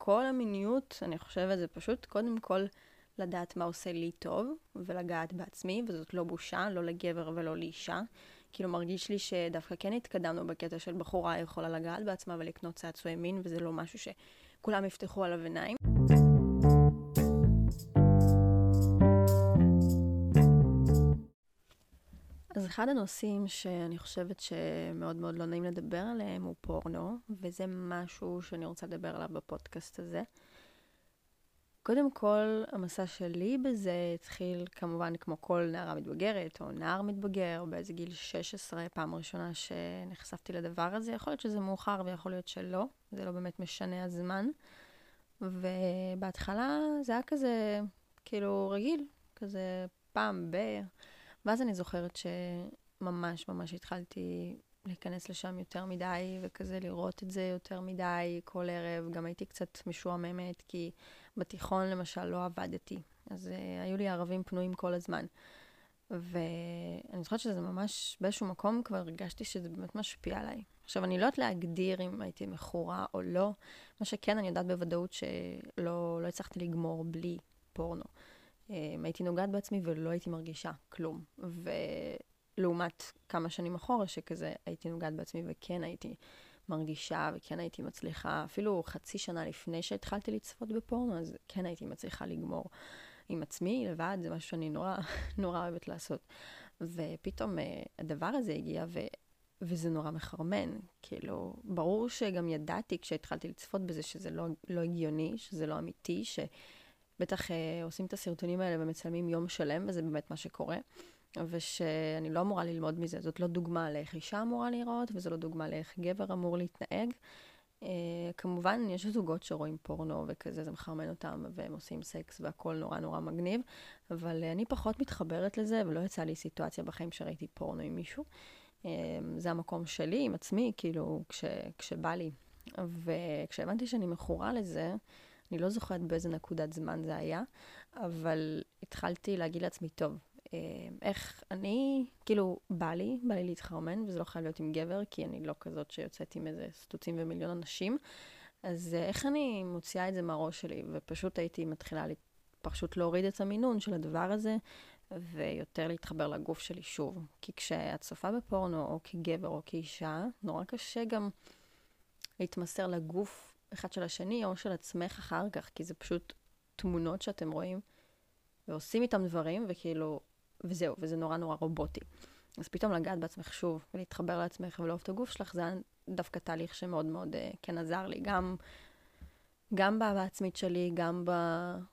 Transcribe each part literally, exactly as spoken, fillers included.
כל המיניות, אני חושבת, זה פשוט קודם כל לדעת מה עושה לי טוב, ולגעת בעצמי, וזאת לא בושה, לא לגבר ולא לאישה. כאילו מרגיש לי שדווקא כן התקדמנו בקטע של בחורה יכולה לגעת בעצמה ולקנות צעצועי מין, וזה לא משהו שכולם יפתחו עליו עיניים. אז אחד הנושאים שאני חושבת שמאוד מאוד לא נעים לדבר עליהם הוא פורנו, וזה משהו שאני רוצה לדבר עליו בפודקאסט הזה. קודם כל, המסע שלי בזה התחיל כמובן כמו כל נערה מתבגרת או נער מתבגר, באיזה גיל שש עשרה, פעם ראשונה שנחשפתי לדבר הזה. יכול להיות שזה מאוחר ויכול להיות שלא, זה לא באמת משנה הזמן. ובהתחלה זה היה כזה, כאילו רגיל, כזה פעם ב... ואז אני זוכרת שממש ממש התחלתי להיכנס לשם יותר מדי, וכזה לראות את זה יותר מדי כל ערב. גם הייתי קצת משועממת, כי בתיכון למשל לא עבדתי. אז uh, היו לי ערבים פנויים כל הזמן. ואני זוכרת שזה ממש באיזשהו מקום כבר הרגשתי שזה באמת משפיע עליי. עכשיו, אני לא יודעת להגדיר אם הייתי מכורה או לא. מה שכן, אני יודעת בוודאות שלא לא הצלחתי לגמור בלי פורנו. הייתי נוגעת בעצמי ולא הייתי מרגישה כלום. ולעומת כמה שנים אחורה שכזה הייתי נוגעת בעצמי וכן הייתי מרגישה וכן הייתי מצליחה, אפילו חצי שנה לפני שהתחלתי לצפות בפורנו, אז כן הייתי מצליחה לגמור עם עצמי לבד, זה משהו שאני נורא, נורא אוהבת לעשות. ופתאום הדבר הזה הגיע ו... וזה נורא מחרמן. כאילו, ברור שגם ידעתי כשהתחלתי לצפות בזה שזה לא, לא הגיוני, שזה לא אמיתי, ש... בטח אה, עושים את הסרטונים האלה ומצלמים יום שלם, וזה באמת מה שקורה. ושאני לא אמורה ללמוד מזה. זאת לא דוגמה לאיך אישה אמורה להיראות, וזו לא דוגמה לאיך גבר אמור להתנהג. אה, כמובן, יש זוגות שרואים פורנו וכזה, זה מחרמן אותם, והם עושים סקס והכל נורא נורא מגניב. אבל אה, אני פחות מתחברת לזה, ולא יצא לי סיטואציה בחיים שראיתי פורנו עם מישהו. אה, זה המקום שלי עם עצמי, כאילו, כש, כשבא לי. וכשהבנתי שאני מכורה לזה, אני לא זוכרת באיזה נקודת זמן זה היה, אבל התחלתי להגיד לעצמי, טוב, איך אני, כאילו, בא לי, בא לי להתחרמן, וזה לא חייב להיות עם גבר, כי אני לא כזאת שיוצאת עם איזה סטוצים ומיליון אנשים, אז איך אני מוציאה את זה מהראש שלי, ופשוט הייתי מתחילה פשוט להוריד את המינון של הדבר הזה, ויותר להתחבר לגוף שלי שוב. כי כשאת צופה בפורנו, או כגבר או כאישה, נורא קשה גם להתמסר לגוף, אחד של השני או של עצמך אחר כך, כי זה פשוט תמונות שאתם רואים ועושים איתם דברים, וכאילו, וזהו, וזה נורא נורא רובוטי. אז פתאום לגעת בעצמך שוב, ולהתחבר לעצמך ולאהוב את הגוף שלך, זה דווקא תהליך שמאוד מאוד uh, כן עזר לי, גם, גם באהבה העצמית שלי, גם ב...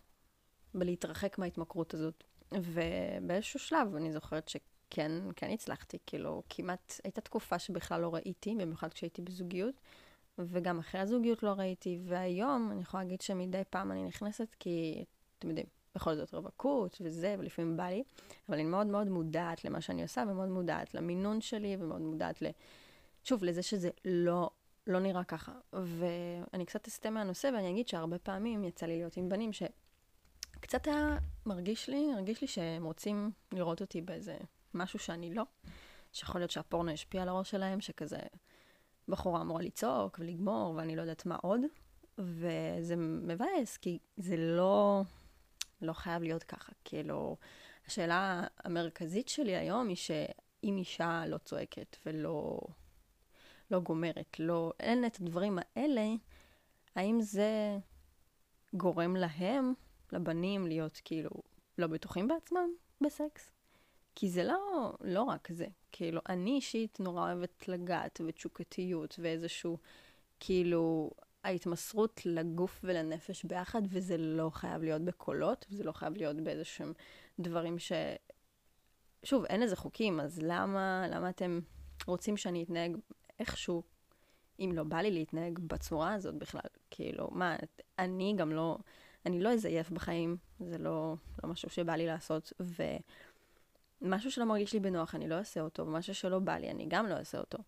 בלהתרחק מההתמכרות הזאת. ובאיזשהו שלב אני זוכרת שכן כן הצלחתי, כאילו, כמעט הייתה תקופה שבכלל לא ראיתי, במיוחד כשהייתי בזוגיות, וגם אחרי הזוגיות לא ראיתי, והיום אני יכולה להגיד שמדי פעם אני נכנסת, כי אתם יודעים, בכל זאת רווקות וזה, ולפעמים בא לי, אבל אני מאוד מאוד מודעת למה שאני עושה, ומאוד מודעת למינון שלי, ומאוד מודעת ל... שוב, לזה שזה לא, לא נראה ככה. ואני קצת אסתה מהנושא, ואני אגיד שהרבה פעמים יצא לי להיות עם בנים, שקצת היה מרגיש לי, מרגיש לי שהם רוצים לראות אותי באיזה משהו שאני לא, שיכול להיות שהפורנו השפיע על הראש שלהם, שכזה... בחורה אמורה לצעוק ולגמור, ואני לא יודעת מה עוד. וזה מבאס, כי זה לא, לא חייב להיות ככה. כאילו, השאלה המרכזית שלי היום היא שאם אישה לא צועקת ולא לא גומרת, לא, אין את הדברים האלה, האם זה גורם להם, לבנים, להיות כאילו לא בטוחים בעצמם בסקס? כי זה לא, לא רק זה. כאילו, אני אישית נורא אוהבת לגעת ותשוקתיות ואיזשהו, כאילו, ההתמסרות לגוף ולנפש ביחד, וזה לא חייב להיות בקולות, וזה לא חייב להיות באיזשהם דברים ש... שוב, אין איזה חוקים, אז למה, למה אתם רוצים שאני אתנהג איכשהו, אם לא בא לי להתנהג בצורה הזאת בכלל? כאילו, מה, אני גם לא, אני לא אזייף בחיים, זה לא, לא משהו שבא לי לעשות, ו... משהו שלא מרגיש לי בנוח, אני לא אעשה אותו, ומשהו שלא בא לי, אני גם לא אעשה אותו.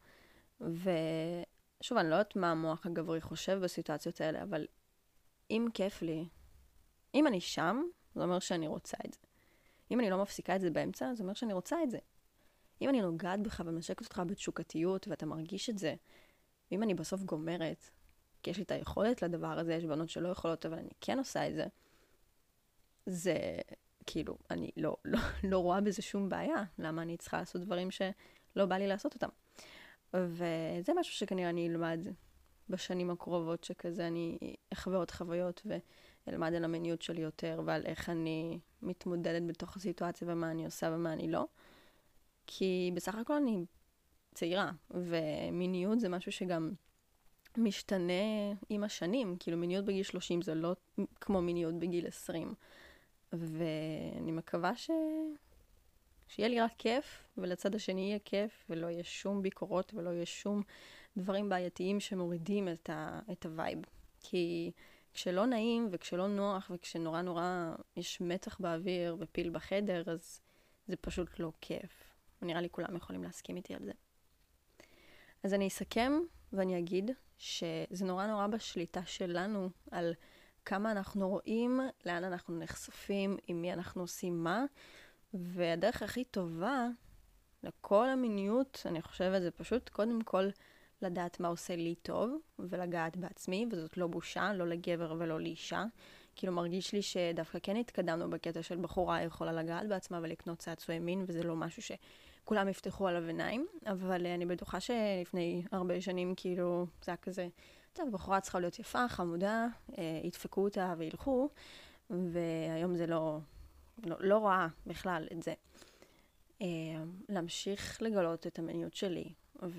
ושוב, אני לא יודעת מה המוח הגברי חושב בסיטואציות האלה, אבל אם כיף לי, אם אני שם, זה אומר שאני רוצה את זה. אם אני לא מפסיקה את זה באמצע, זה אומר שאני רוצה את זה. אם אני נוגעת בך ומשקת אותך בתשוקתיות, ואתה מרגיש את זה, ואם אני בסוף גומרת, כי יש לי את היכולת לדבר הזה, יש בנות שלא יכולות, אבל אני כן עושה את זה, זה כאילו, אני לא, לא, לא רואה בזה שום בעיה. למה אני צריכה לעשות דברים שלא בא לי לעשות אותם? וזה משהו שכנראה אני אלמד בשנים הקרובות, שכזה אני אחווה עוד חוויות ואלמד על המיניות שלי יותר, ועל איך אני מתמודדת בתוך הסיטואציה ומה אני עושה ומה אני לא. כי בסך הכל אני צעירה, ומיניות זה משהו שגם משתנה עם השנים. כאילו מיניות בגיל שלושים זה לא כמו מיניות בגיל עשרים. ואני מקווה ש... שיהיה לי רק כיף, ולצד השני יהיה כיף, ולא יהיה שום ביקורות, ולא יהיה שום דברים בעייתיים שמורידים את, ה... את הווייב. כי כשלא נעים, וכשלא נוח, וכשנורא נורא יש מתח באוויר ופיל בחדר, אז זה פשוט לא כיף. ונראה לי כולם יכולים להסכים איתי על זה. אז אני אסכם ואני אגיד שזה נורא נורא בשליטה שלנו על כמה אנחנו רואים, לאן אנחנו נחשפים, עם מי אנחנו עושים מה, והדרך הכי טובה לכל המיניות, אני חושבת, זה פשוט קודם כל לדעת מה עושה לי טוב, ולגעת בעצמי, וזאת לא בושה, לא לגבר ולא לאישה. כאילו מרגיש לי שדווקא כן התקדמנו בקטע של בחורה יכולה לגעת בעצמה ולקנות צעצועי מין, וזה לא משהו שכולם יפתחו עליו עיניים, אבל אני בטוחה שלפני הרבה שנים כאילו זה היה כזה, טוב, בחורה צריכה להיות יפה, חמודה, אה, ידפקו אותה וילכו, והיום זה לא, לא, לא רואה בכלל את זה. אה, להמשיך לגלות את המיניות שלי,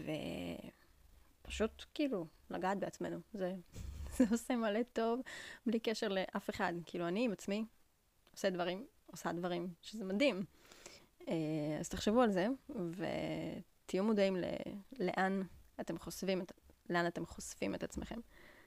ופשוט כאילו לגעת בעצמנו. זה, זה עושה מלא טוב, בלי קשר לאף אחד. כאילו אני עם עצמי עושה דברים, עושה דברים, שזה מדהים. אה, אז תחשבו על זה, ותהיו מודעים ל, לאן אתם חושפים את, לאן אתם חושפים את עצמכם.